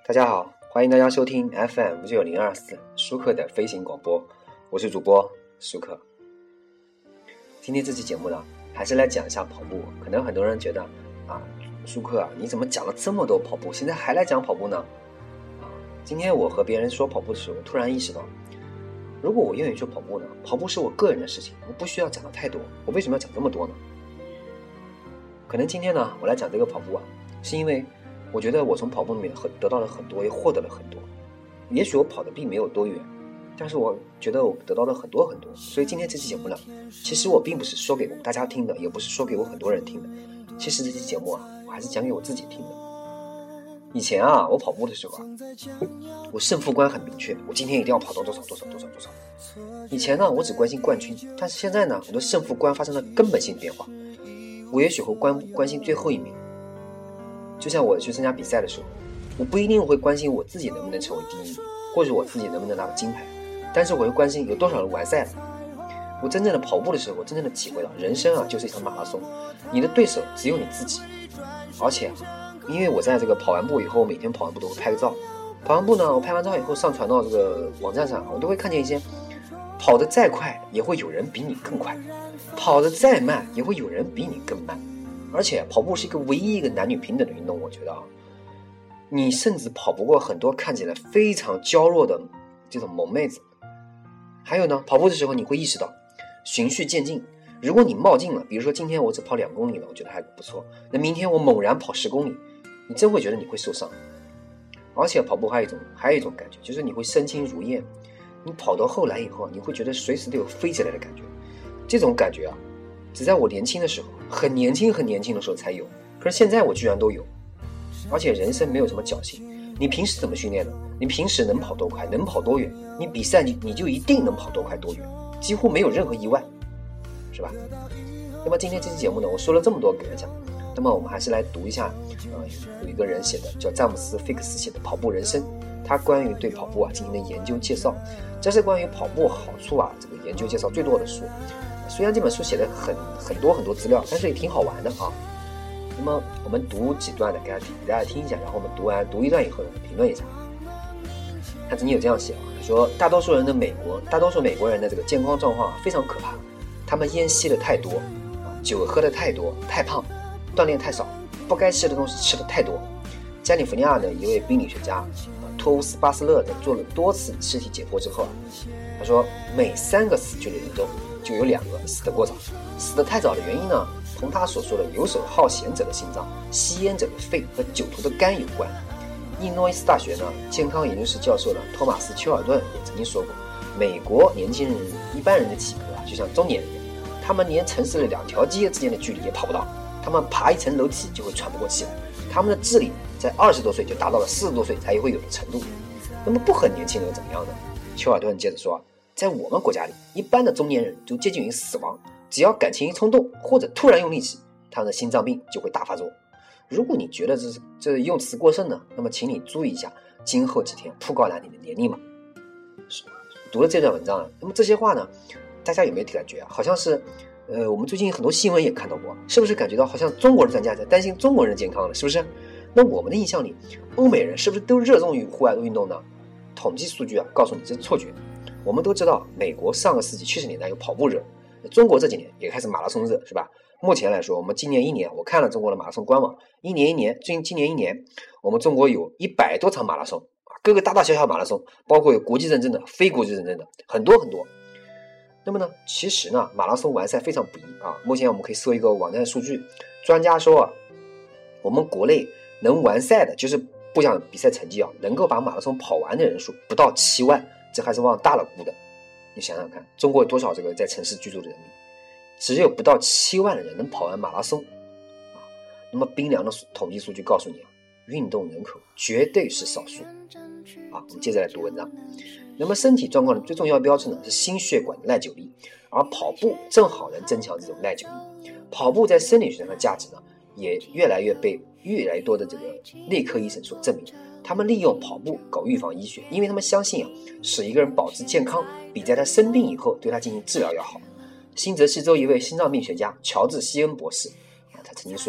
大家好，欢迎大家收听 FM59024舒克的飞行广播，我是主播舒克。今天这期节目呢，还是来讲一下跑步。可能很多人觉得舒克你怎么讲了这么多跑步，现在还来讲跑步呢？今天我和别人说跑步的时候，我突然意识到，如果我愿意说跑步呢，跑步是我个人的事情，我不需要讲的太多，我为什么要讲这么多呢？可能今天呢，我来讲这个跑步是因为我觉得我从跑步里面得到了很多，也获得了很多。也许我跑的并没有多远，但是我觉得我得到了很多很多。所以今天这期节目呢，其实我并不是说给大家听的，也不是说给我很多人听的。其实这期节目我还是讲给我自己听的。以前我跑步的时候我胜负观很明确，我今天一定要跑到多少。以前呢，我只关心冠军，但是现在呢，我的胜负观发生了根本性变化。我也许会关心最后一名。就像我去参加比赛的时候，我不一定会关心我自己能不能成为第一名，或者我自己能不能拿到金牌，但是我会关心有多少人完赛了。我真正的跑步的时候，我真正的体会到人生就是一场马拉松，你的对手只有你自己。而且因为我在这个跑完步以后，每天跑完步都会拍个照，跑完步呢，我拍完照以后上传到这个网站上，我都会看见一些跑得再快也会有人比你更快，跑得再慢也会有人比你更慢。而且跑步是唯一一个男女平等的运动，我觉得你甚至跑不过很多看起来非常娇弱的这种萌妹子。还有呢，跑步的时候你会意识到循序渐进，如果你冒进了，比如说今天我只跑2公里了，我觉得还不错，那明天我猛然跑10公里，你真会觉得你会受伤。而且跑步还有一种感觉，就是你会身轻如燕，你跑到后来以后，你会觉得随时都有飞起来的感觉。这种感觉只在我年轻的时候，很年轻的时候才有，可是现在我居然都有。而且人生没有什么侥幸，你平时怎么训练的，你平时能跑多快，能跑多远，你比赛你就一定能跑多快多远，几乎没有任何意外，是吧？那么今天这期节目呢，我说了这么多给大家，那么我们还是来读一下有一个人写的，叫詹姆斯·费克斯写的《跑步人生》，他关于对跑步进行的研究介绍，这是关于跑步好处这个研究介绍最多的书。虽然这本书写的很多资料，但是也挺好玩的那么我们读几段给大家听一下，然后我们读一段以后评论一下。他曾经有这样写说大多数美国人的这个健康状况非常可怕，他们烟吸的太多，酒喝的太多，太胖，锻炼太少，不该吃的东西吃的太多。加利福尼亚的一位病理学家托乌斯巴斯勒在做了多次尸体解剖之后他说每3个死去的人中就有2个死得过早。死得太早的原因呢，同他所说的游手好闲者的心脏、吸烟者的肺和酒徒的肝有关。伊诺伊斯大学健康研究室教授托马斯·丘尔顿也曾经说过，美国年轻人一般人的体格就像中年人一样，他们连城市的2条街之间的距离也跑不到，他们爬1层楼梯就会喘不过气来，他们的智力在20多岁就达到了40多岁才会有的程度。那么不很年轻人怎么样呢？丘尔顿接着说，在我们国家里，一般的中年人就接近于死亡，只要感情一冲动或者突然用力气，他们的心脏病就会大发作。如果你觉得这用词过剩呢，那么请你注意一下今后几天铺告栏你的年龄嘛。读了这段文章那么这些话呢，大家有没有感觉好像是我们最近很多新闻也看到过，是不是感觉到好像中国的专家在担心中国人的健康了，是不是？那我们的印象里，欧美人是不是都热衷于户外的运动呢？统计数据告诉你这是错觉。我们都知道美国上个世纪70年代有跑步热，中国这几年也开始马拉松热，是吧？目前来说，我们今年1年，我看了中国的马拉松官网，今年1年我们中国有100多场马拉松，各个大大小小马拉松，包括有国际认证的、非国际认证的，很多。那么呢，其实呢，马拉松完赛非常不易目前我们可以搜一个网站数据，专家说我们国内能完赛的，就是不讲比赛成绩能够把马拉松跑完的人数不到7万，这还是往大了估的。你想想看，中国有多少这个在城市居住的人民，只有不到7万的人能跑完马拉松那么冰凉的统计数据告诉你运动人口绝对是少数我们接着来读文章。那么身体状况的最重要的标志呢，是心血管的耐久力，而跑步正好能增强这种耐久力。跑步在生理学上的价值呢，也越来越多的这个内科医生所证明，他们利用跑步搞预防医学，因为他们相信使一个人保持健康比在他生病以后对他进行治疗要好。新泽西州一位心脏病学家乔治·希恩博士他曾经说，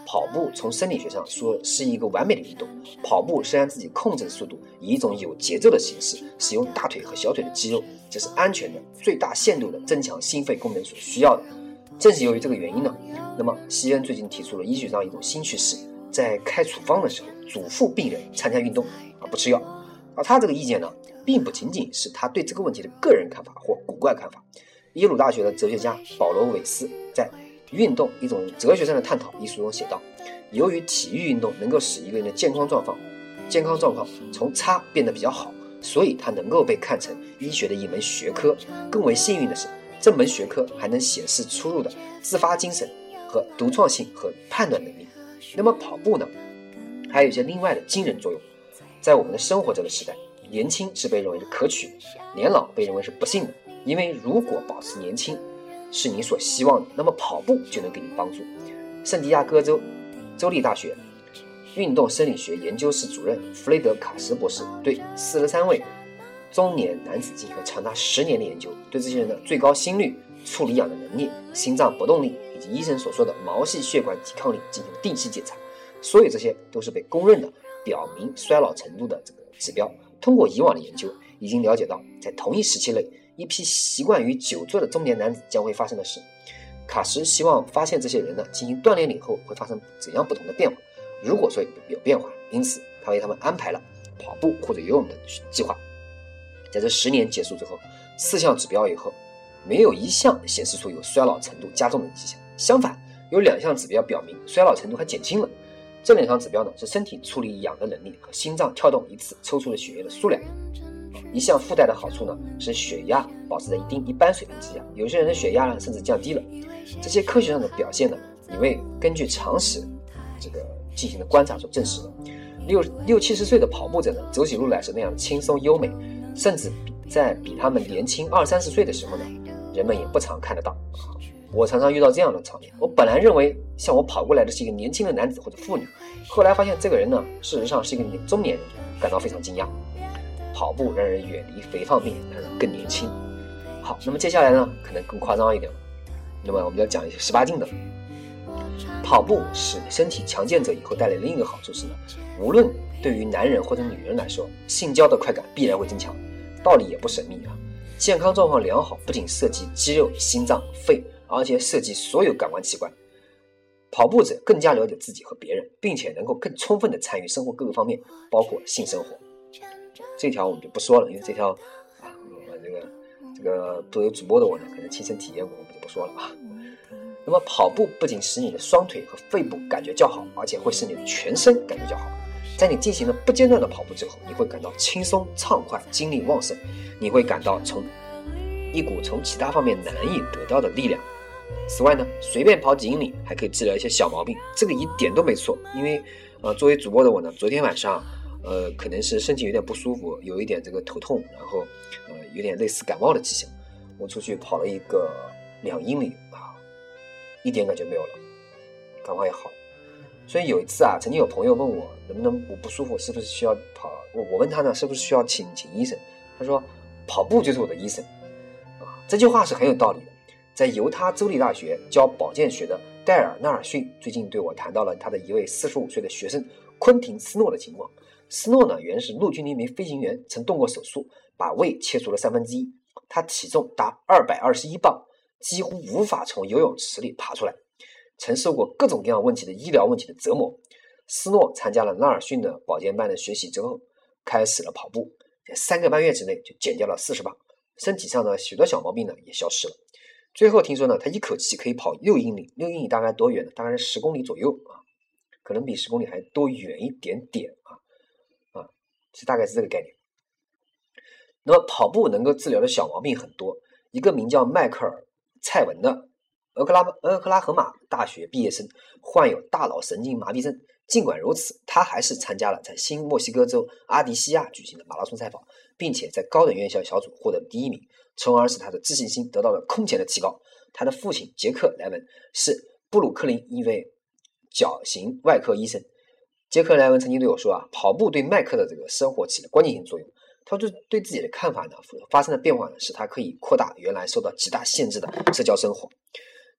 跑步从生理学上说是一个完美的运动。跑步是让自己控制速度，以一种有节奏的形式使用大腿和小腿的肌肉，这是安全的、最大限度的增强心肺功能所需要的。正是由于这个原因呢，那么西恩最近提出了医学上一种新趋势，在开处方的时候嘱咐病人参加运动而不吃药。而他这个意见呢，并不仅仅是他对这个问题的个人看法或古怪看法。耶鲁大学的哲学家保罗·韦斯在《运动：一种哲学上的探讨》一书中写道，由于体育运动能够使一个人的健康状况从差变得比较好，所以它能够被看成医学的一门学科。更为幸运的是，这门学科还能显示出入的自发精神和独创性和判断能力。那么跑步呢，还有一些另外的惊人作用。在我们的生活这个时代，年轻是被认为是可取的，年老被认为是不幸的。因为如果保持年轻是你所希望的，那么跑步就能给你帮助。圣地亚哥州州立大学运动生理学研究室主任弗雷德卡什博士对43位中年男子进行了长达10年的研究，对这些人的最高心率、处理氧的能力、心脏搏动力以及医生所说的毛细血管抵抗力进行定期检查。所有这些都是被公认的表明衰老程度的这个指标。通过以往的研究，已经了解到在同一时期内一批习惯于久坐的中年男子将会发生的事。卡什希望发现这些人呢进行锻炼了以后会发生怎样不同的变化，如果说有变化，因此他为他们安排了跑步或者游泳的计划。在这10年结束之后，4项指标以后，没有一项显示出有衰老程度加重的迹象，相反，有2项指标表明衰老程度还减轻了。这2项指标呢是身体处理氧的能力和心脏跳动一次抽出的血液的数量。一项附带的好处呢是血压保持在一般水平之下，有些人的血压呢甚至降低了。这些科学上的表现呢，也为根据常识这个进行的观察所证实的。60-70岁的跑步者呢，走起路来是那样的轻松优美，甚至比他们年轻20-30岁的时候呢，人们也不常看得到。我常常遇到这样的场面，我本来认为向我跑过来的是一个年轻的男子或者妇女，后来发现这个人呢，事实上是一个中年人，感到非常惊讶。跑步让人远离肥胖病，让人更年轻。好，那么接下来呢，可能更夸张一点，那么我们要讲一些18禁的。跑步使身体强健者以后带来的另一个好处是呢，无论对于男人或者女人来说，性交的快感必然会增强。道理也不神秘啊，健康状况良好不仅涉及肌肉、心脏、肺，而且涉及所有感官器官。跑步者更加了解自己和别人，并且能够更充分地参与生活各个方面，包括性生活。这条我们就不说了，因为这条这个作为主播的我呢，可能亲身体验过，我们就不说了啊。那么跑步不仅使你的双腿和肺部感觉较好，而且会使你的全身感觉较好。在你进行了不间断的跑步之后，你会感到轻松畅快，精力旺盛，你会感到一股从其他方面难以得到的力量。此外呢，随便跑几英里还可以治疗一些小毛病，这个一点都没错。因为作为主播的我呢，昨天晚上可能是身体有点不舒服，有一点这个头痛，然后有点类似感冒的迹象，我出去跑了一个2英里啊，一点感觉没有了，赶快也好。所以有一次啊，曾经有朋友问我能不能我不舒服是不是需要跑，我问他呢是不是需要请医生，他说跑步就是我的医生啊，这句话是很有道理的。在犹他州立大学教保健学的戴尔·纳尔逊最近对我谈到了他的一位45岁的学生昆廷·斯诺的情况。斯诺呢原是陆军的一名飞行员，曾动过手术，把胃切除了1/3，他体重达221磅，几乎无法从游泳池里爬出来，曾受过各种各样问题的医疗问题的折磨。斯诺参加了纳尔逊的保健班的学习之后，开始了跑步，在3个半月之内就减掉了40磅，身体上的许多小毛病呢也消失了。最后听说呢，他一口气可以跑6英里，6英里大概多远呢？大概是10公里左右啊，可能比10公里还多远一点点啊，其实大概是这个概念。那么跑步能够治疗的小毛病很多。一个名叫迈克尔·蔡文的俄克拉荷马大学毕业生患有大脑神经麻痹症，尽管如此，他还是参加了在新墨西哥州阿迪西亚举行的马拉松赛跑，并且在高等院校小组获得第1名，从而使他的自信心得到了空前的提高。他的父亲杰克·莱文是布鲁克林一位矫形外科医生。杰克·莱文曾经对我说啊，跑步对迈克的这个生活起了关键性作用。他对自己的看法呢发生的变化呢，使他可以扩大原来受到极大限制的社交生活。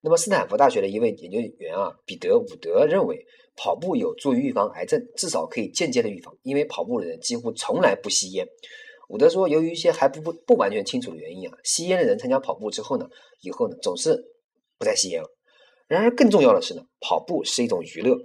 那么斯坦福大学的一位研究员彼得·伍德认为，跑步有助于预防癌症，至少可以间接的预防，因为跑步的人几乎从来不吸烟。伍德说，由于一些还不完全清楚的原因吸烟的人参加跑步之后以后总是不再吸烟了。然而更重要的是跑步是一种娱乐。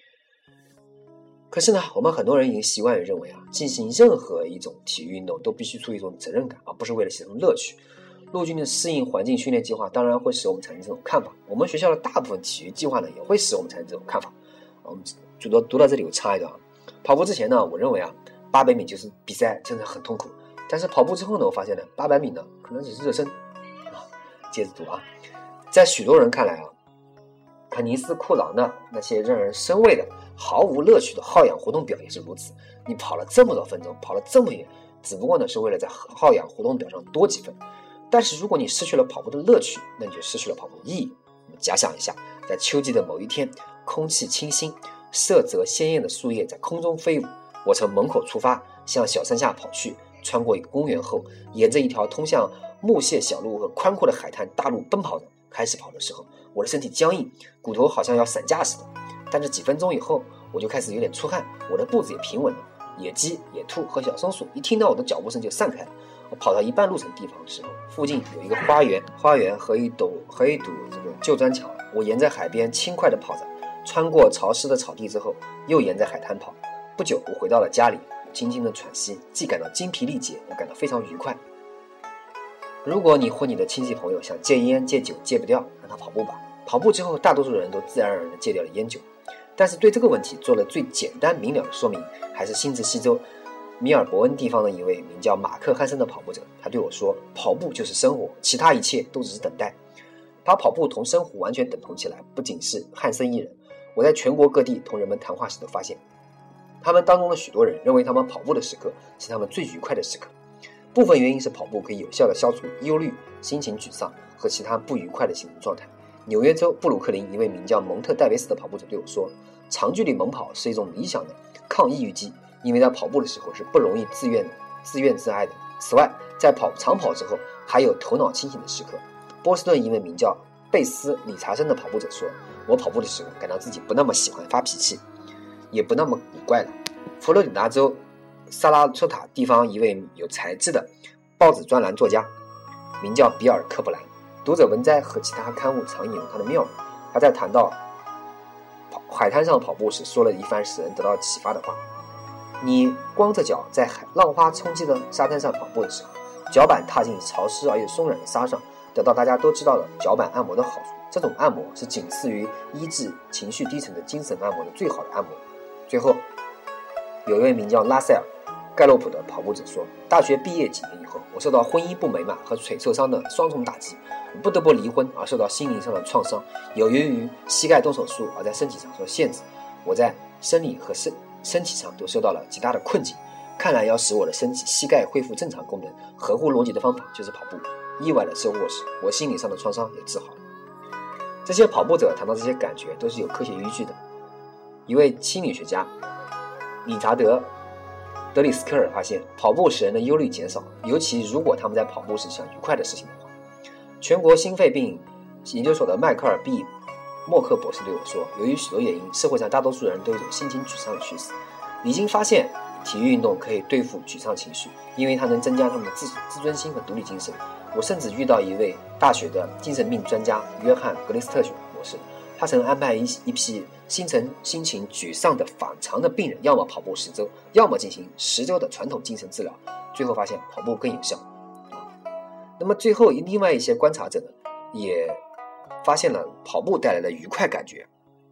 可是我们很多人已经习惯于认为进行任何一种体育运动都必须出于一种责任感，而不是为了形成乐趣。陆军的适应环境训练计划当然会使我们产生这种看法，我们学校的大部分体育计划也会使我们产生这种看法。我们读到这里我插一段跑步之前我认为800米就是比赛真的很痛苦，但是跑步之后我发现800米可能只是热身接着读在许多人看来肯尼斯库朗的那些让人生畏的毫无乐趣的耗氧活动表也是如此。你跑了这么多分钟，跑了这么远，只不过是为了在耗氧活动表上多几分。但是如果你失去了跑步的乐趣，那你就失去了跑步的意义。我们假想一下，在秋季的某一天，空气清新，色泽鲜艳的树叶在空中飞舞，我从门口出发，向小山下跑去，穿过一个公园后，沿着一条通向木屑小路和宽阔的海滩大路奔跑着。开始跑的时候，我的身体僵硬，骨头好像要散架似的。但是几分钟以后，我就开始有点出汗，我的步子也平稳了。野鸡、野兔和小松鼠一听到我的脚步声就散开了。我跑到一半路程地方的时候，附近有一个花园和一堵这个旧砖墙。我沿着海边轻快地跑着，穿过潮湿的草地之后，又沿着海滩跑。不久，我回到了家里，轻轻地喘息，既感到精疲力竭，我感到非常愉快。如果你或你的亲戚朋友想戒烟戒酒戒不掉，让他跑步吧。跑步之后，大多数人都自然而然地戒掉了烟酒。但是对这个问题做了最简单明了的说明，还是新泽西州米尔伯恩地方的一位名叫马克·汉森的跑步者。他对我说，跑步就是生活，其他一切都只是等待。把跑步同生活完全等同起来，不仅是汉森一人。我在全国各地同人们谈话时都发现，他们当中的许多人认为他们跑步的时刻是他们最愉快的时刻。部分原因是跑步可以有效地消除忧虑、心情沮丧和其他不愉快的心理状态。纽约州布鲁克林一位名叫蒙特戴维斯的跑步者对我说，长距离猛跑是一种理想的抗抑郁剂，因为在跑步的时候是不容易自怨自艾的。此外，在长跑之后还有头脑清醒的时刻。波士顿一位名叫贝斯·理查森的跑步者说，我跑步的时候感到自己不那么喜欢发脾气，也不那么古怪了。佛罗里达州萨拉托塔地方一位有才智的报纸专栏作家名叫比尔·科布兰，读者文摘和其他刊物常引用他的妙语。他在谈到海滩上跑步时说了一番使人得到启发的话，你光着脚在浪花冲击的沙滩上跑步的时候，脚板踏进潮湿而又松软的沙上，得到大家都知道的脚板按摩的好处。这种按摩是仅次于医治情绪低沉的精神按摩的最好的按摩。最后有一位名叫拉塞尔·盖洛普的跑步者说，大学毕业几年以后，我受到婚姻不美满和腿受伤的双重打击，我不得不离婚而受到心灵上的创伤，由于膝盖动手术而在身体上受限制，我在生理和身体上都受到了极大的困境。看来要使我的身体膝盖恢复正常功能，合乎逻辑的方法就是跑步。意外的收获是，我心理上的创伤也治好了。这些跑步者谈到这些感觉都是有科学依据的。一位心理学家理查德·德里斯科尔发现，跑步使人的忧虑减少，尤其如果他们在跑步时想愉快的事情的话。全国心肺病研究所的迈克尔 ·B. 默克博士对我说，由于许多原因，社会上大多数人都有一种心情沮丧的趋势。已经发现体育运动可以对付沮丧情绪，因为它能增加他们的自尊心和独立精神。我甚至遇到一位大学的精神病专家约翰·格雷斯特博士，他曾安排一批心情沮丧的反常的病人，要么跑步10周，要么进行10周的传统精神治疗，最后发现跑步更有效。那么最后另外一些观察者呢，也发现了跑步带来的愉快感觉。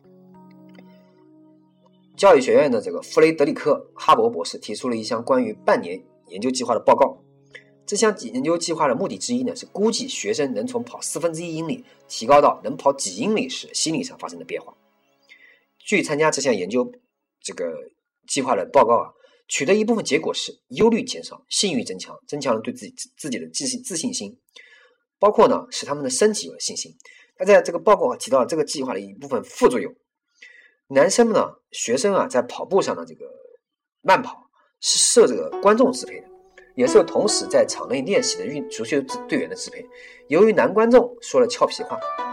教育学院的这个弗雷德里克·哈伯博士提出了一项关于半年研究计划的报告。这项研究计划的目的之一呢，是估计学生能从跑1/4英里提高到能跑几英里时心理上发生的变化。据参加这项研究计划的报告取得一部分结果是忧虑减少，信誉增强，增强了对自己的自信心，包括呢使他们的身体有了信心。他在这个报告提到了这个计划的一部分副作用。男生呢，学生在跑步上的这个慢跑是受这个观众支配的，也受同时在场内练习的足球队员的支配。由于男观众说了俏皮话，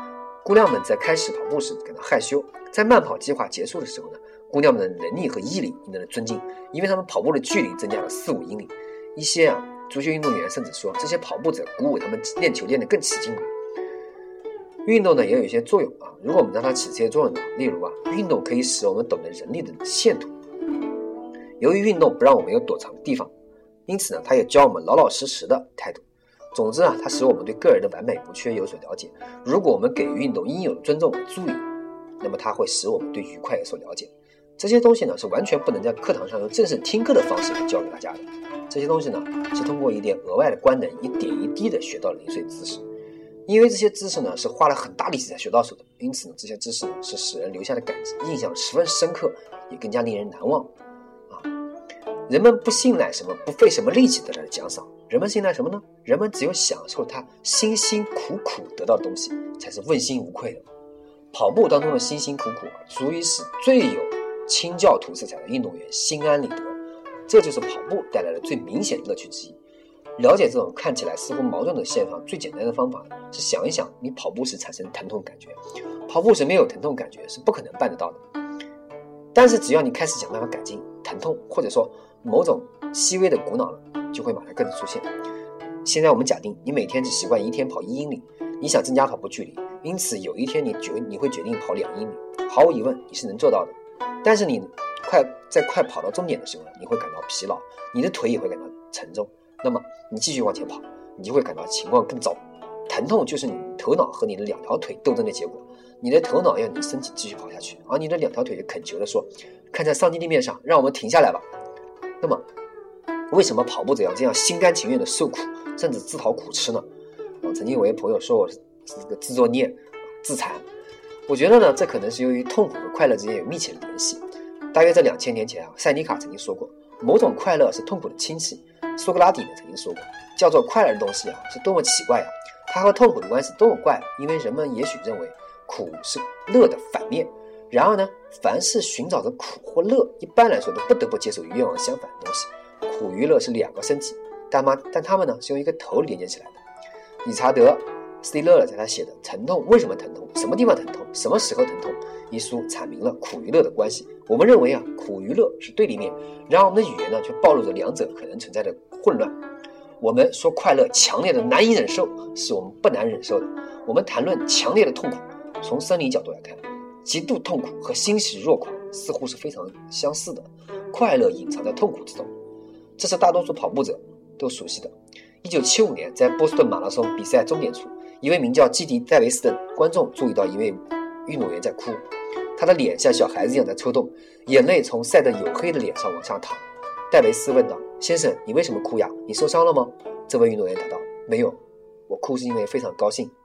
姑娘们在开始跑步时感到害羞，在慢跑计划结束的时候呢，姑娘们的能力和毅力赢得了尊敬，因为她们跑步的距离增加了4-5英里。一些足球运动员甚至说，这些跑步者鼓舞他们练球练得更起劲了。运动呢也有一些作用如果我们让它起这些作用呢，例如运动可以使我们懂得人力的线图。由于运动不让我们有躲藏的地方，因此呢，它也教我们老老实实的态度。总之它使我们对个人的完美无缺有所了解。如果我们给予运动应有的尊重和注意，那么它会使我们对愉快有所了解。这些东西呢是完全不能在课堂上用正式听课的方式来教给大家的。这些东西呢是通过一点额外的官能，一点一滴的学到零碎知识。因为这些知识呢是花了很大力气才学到手的，因此呢这些知识呢是使人留下的印象十分深刻，也更加令人难忘人们不信赖什么，不费什么力气得来的奖赏，人们信赖什么呢？人们只有享受他辛辛苦苦得到的东西，才是问心无愧的。跑步当中的辛辛苦苦足以使最有清教徒色彩的运动员心安理得，这就是跑步带来的最明显的乐趣之一。了解这种看起来似乎矛盾的现象，最简单的方法是想一想你跑步时产生的疼痛感觉。跑步时没有疼痛感觉是不可能办得到的，但是只要你开始想办法改进疼痛，或者说某种细微的苦恼就会马上跟着出现。现在我们假定你每天只习惯一天跑1英里，你想增加跑步距离，因此有一天你会决定跑2英里，毫无疑问你是能做到的。但是你在快跑到终点的时候你会感到疲劳，你的腿也会感到沉重，那么你继续往前跑，你就会感到情况更糟。疼痛就是你头脑和你的2条腿斗争的结果，你的头脑要你身体继续跑下去，而你的2条腿就恳求地说，看在上帝的面上，让我们停下来吧。那么为什么跑步者要这样心甘情愿的受苦，甚至自讨苦吃呢？曾经有位朋友说我是个自作孽自残，我觉得呢，这可能是由于痛苦和快乐之间有密切的联系。大约在2000年前塞尼卡曾经说过，某种快乐是痛苦的亲戚。苏格拉底呢曾经说过，叫做快乐的东西是多么奇怪它和痛苦的关系多么怪，因为人们也许认为苦是乐的反面。然而呢，凡是寻找着苦或乐，一般来说都不得不接受与愿望相反的东西。苦与乐是2个身体，但它们呢是用一个头连接起来的。理查德·斯蒂勒在他写的《疼痛为什么疼痛？什么地方疼痛？什么时候疼痛》一书阐明了苦与乐的关系。我们认为苦与乐是对立面，然而我们的语言呢却暴露着两者可能存在的混乱。我们说快乐强烈的难以忍受，是我们不难忍受的。我们谈论强烈的痛苦，从生理角度来看，极度痛苦和欣喜若狂似乎是非常相似的。快乐隐藏在痛苦之中，这是大多数跑步者都熟悉的。1975年在波士顿马拉松比赛终点处，一位名叫基迪·戴维斯的观众注意到一位运动员在哭，他的脸像小孩子一样在抽动，眼泪从晒得黝黑的脸上往下淌。戴维斯问道，先生，你为什么哭呀？你受伤了吗？这位运动员答道，没有，我哭是因为非常高兴。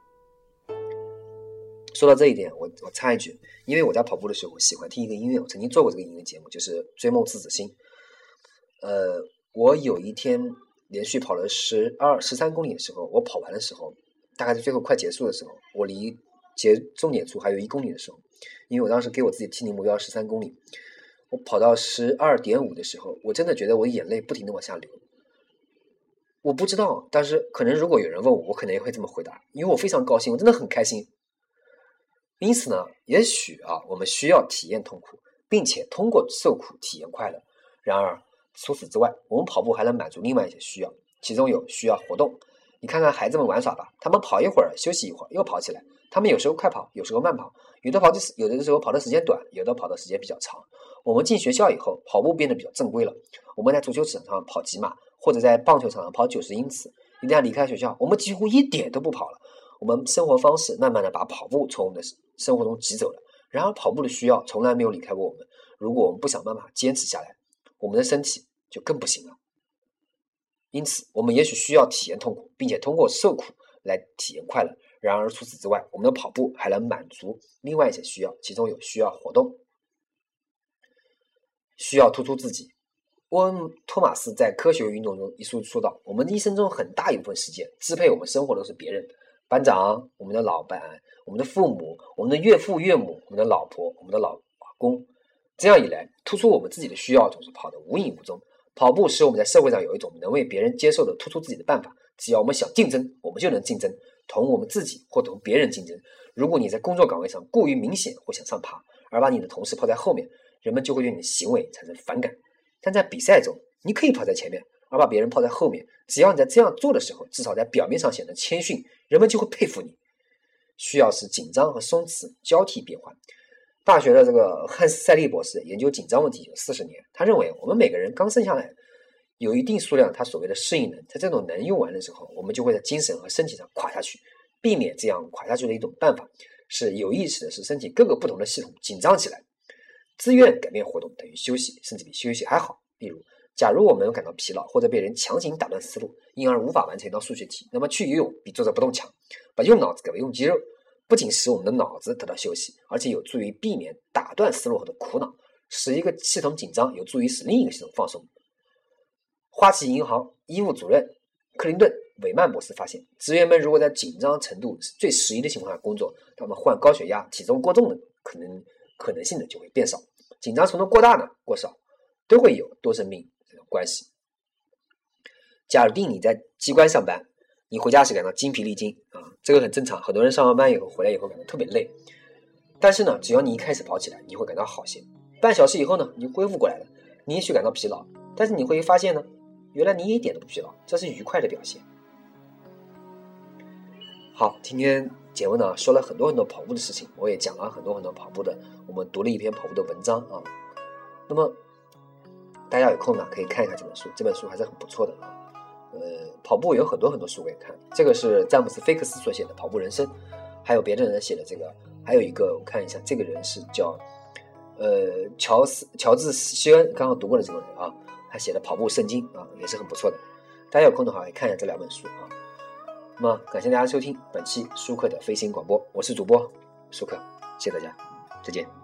说到这一点，我插一句，因为我在跑步的时候我喜欢听一个音乐，我曾经做过这个音乐节目，就是追梦赤子心。我有一天连续跑了13公里的时候，我跑完的时候，大概是最后快结束的时候，我离终点处还有1公里的时候，因为我当时给我自己定的目标13公里，我跑到12.5的时候，我真的觉得我眼泪不停地往下流。我不知道，但是可能如果有人问我，我可能也会这么回答，因为我非常高兴，我真的很开心。因此呢，也许我们需要体验痛苦，并且通过受苦体验快乐。然而除此之外，我们跑步还能满足另外一些需要，其中有需要活动。你看看孩子们玩耍吧，他们跑一会儿休息一会儿又跑起来，他们有时候快跑，有时候慢跑，有的时候跑的时间短，有的跑的时间比较长。我们进学校以后，跑步变得比较正规了，我们在足球场上跑几码，或者在棒球场上跑90英尺。一旦离开学校，我们几乎一点都不跑了。我们生活方式慢慢的把跑步从我们的生活中挤走了，然而跑步的需要从来没有离开过我们。如果我们不想办法坚持下来，我们的身体就更不行了。因此我们也许需要体验痛苦，并且通过受苦来体验快乐。然而除此之外，我们的跑步还能满足另外一些需要，其中有需要活动，需要突出自己。沃恩·托马斯在《科学运动》中一书说到，我们一生中很大一部分时间支配我们生活的是别人，班长、我们的老板、我们的父母、我们的岳父岳母、我们的老婆、我们的老公。这样一来，突出我们自己的需要总是跑得无影无踪。跑步使我们在社会上有一种能为别人接受的突出自己的办法，只要我们想竞争，我们就能竞争。 同我们自己或同别人竞争。如果你在工作岗位上过于明显或想上爬，而把你的同事抛在后面，人们就会对你的行为产生反感。但在比赛中，你可以跑在前面，而把别人抛在后面。只要你在这样做的时候，至少在表面上显得谦逊，人们就会佩服你。需要是紧张和松弛交替变换。大学的这个汉斯·塞利博士研究紧张问题有40年，他认为我们每个人刚生下来有一定数量他所谓的适应能，在这种能用完的时候，我们就会在精神和身体上垮下去。避免这样垮下去的一种办法是有意识的使身体各个不同的系统紧张起来。自愿改变活动等于休息，甚至比休息还好。例如，假如我们感到疲劳或者被人强行打断思路，因而无法完成一道数学题，那么去游泳比坐着不动强。把用脑子改为用肌肉，不仅使我们的脑子得到休息，而且有助于避免打断思路后的苦恼。使一个系统紧张有助于使另一个系统放松。花旗银行医务主任克林顿·韦曼博士发现，职员们如果在紧张程度是最适宜的情况下工作，他们患高血压、体重过重的可能性呢就会变少。紧张程度过大呢、过少，都会有多生命这种关系。假定你在机关上班，你回家时感到精疲力尽啊，这个很正常。很多人上完班以后回来以后感到特别累，但是呢，只要你一开始跑起来，你会感到好些。半小时以后呢，你就恢复过来了。你也许感到疲劳，但是你会发现呢，原来你一点都不疲劳，这是愉快的表现。好，今天节目呢说了很多跑步的事情，我也讲了很多跑步的，我们读了一篇跑步的文章啊。那么大家有空呢可以看一看这本书，这本书还是很不错的啊。跑步有很多书可以看，这个是詹姆斯·菲克斯所写的《跑步人生》，还有别的人写的这个，还有一个我看一下，这个人是叫乔治·希恩，刚刚读过的这个人啊，他写的《跑步圣经》啊，也是很不错的。大家有空的话也看一下这2本书啊。那么感谢大家收听本期舒克的飞行广播，我是主播舒克，谢谢大家，再见。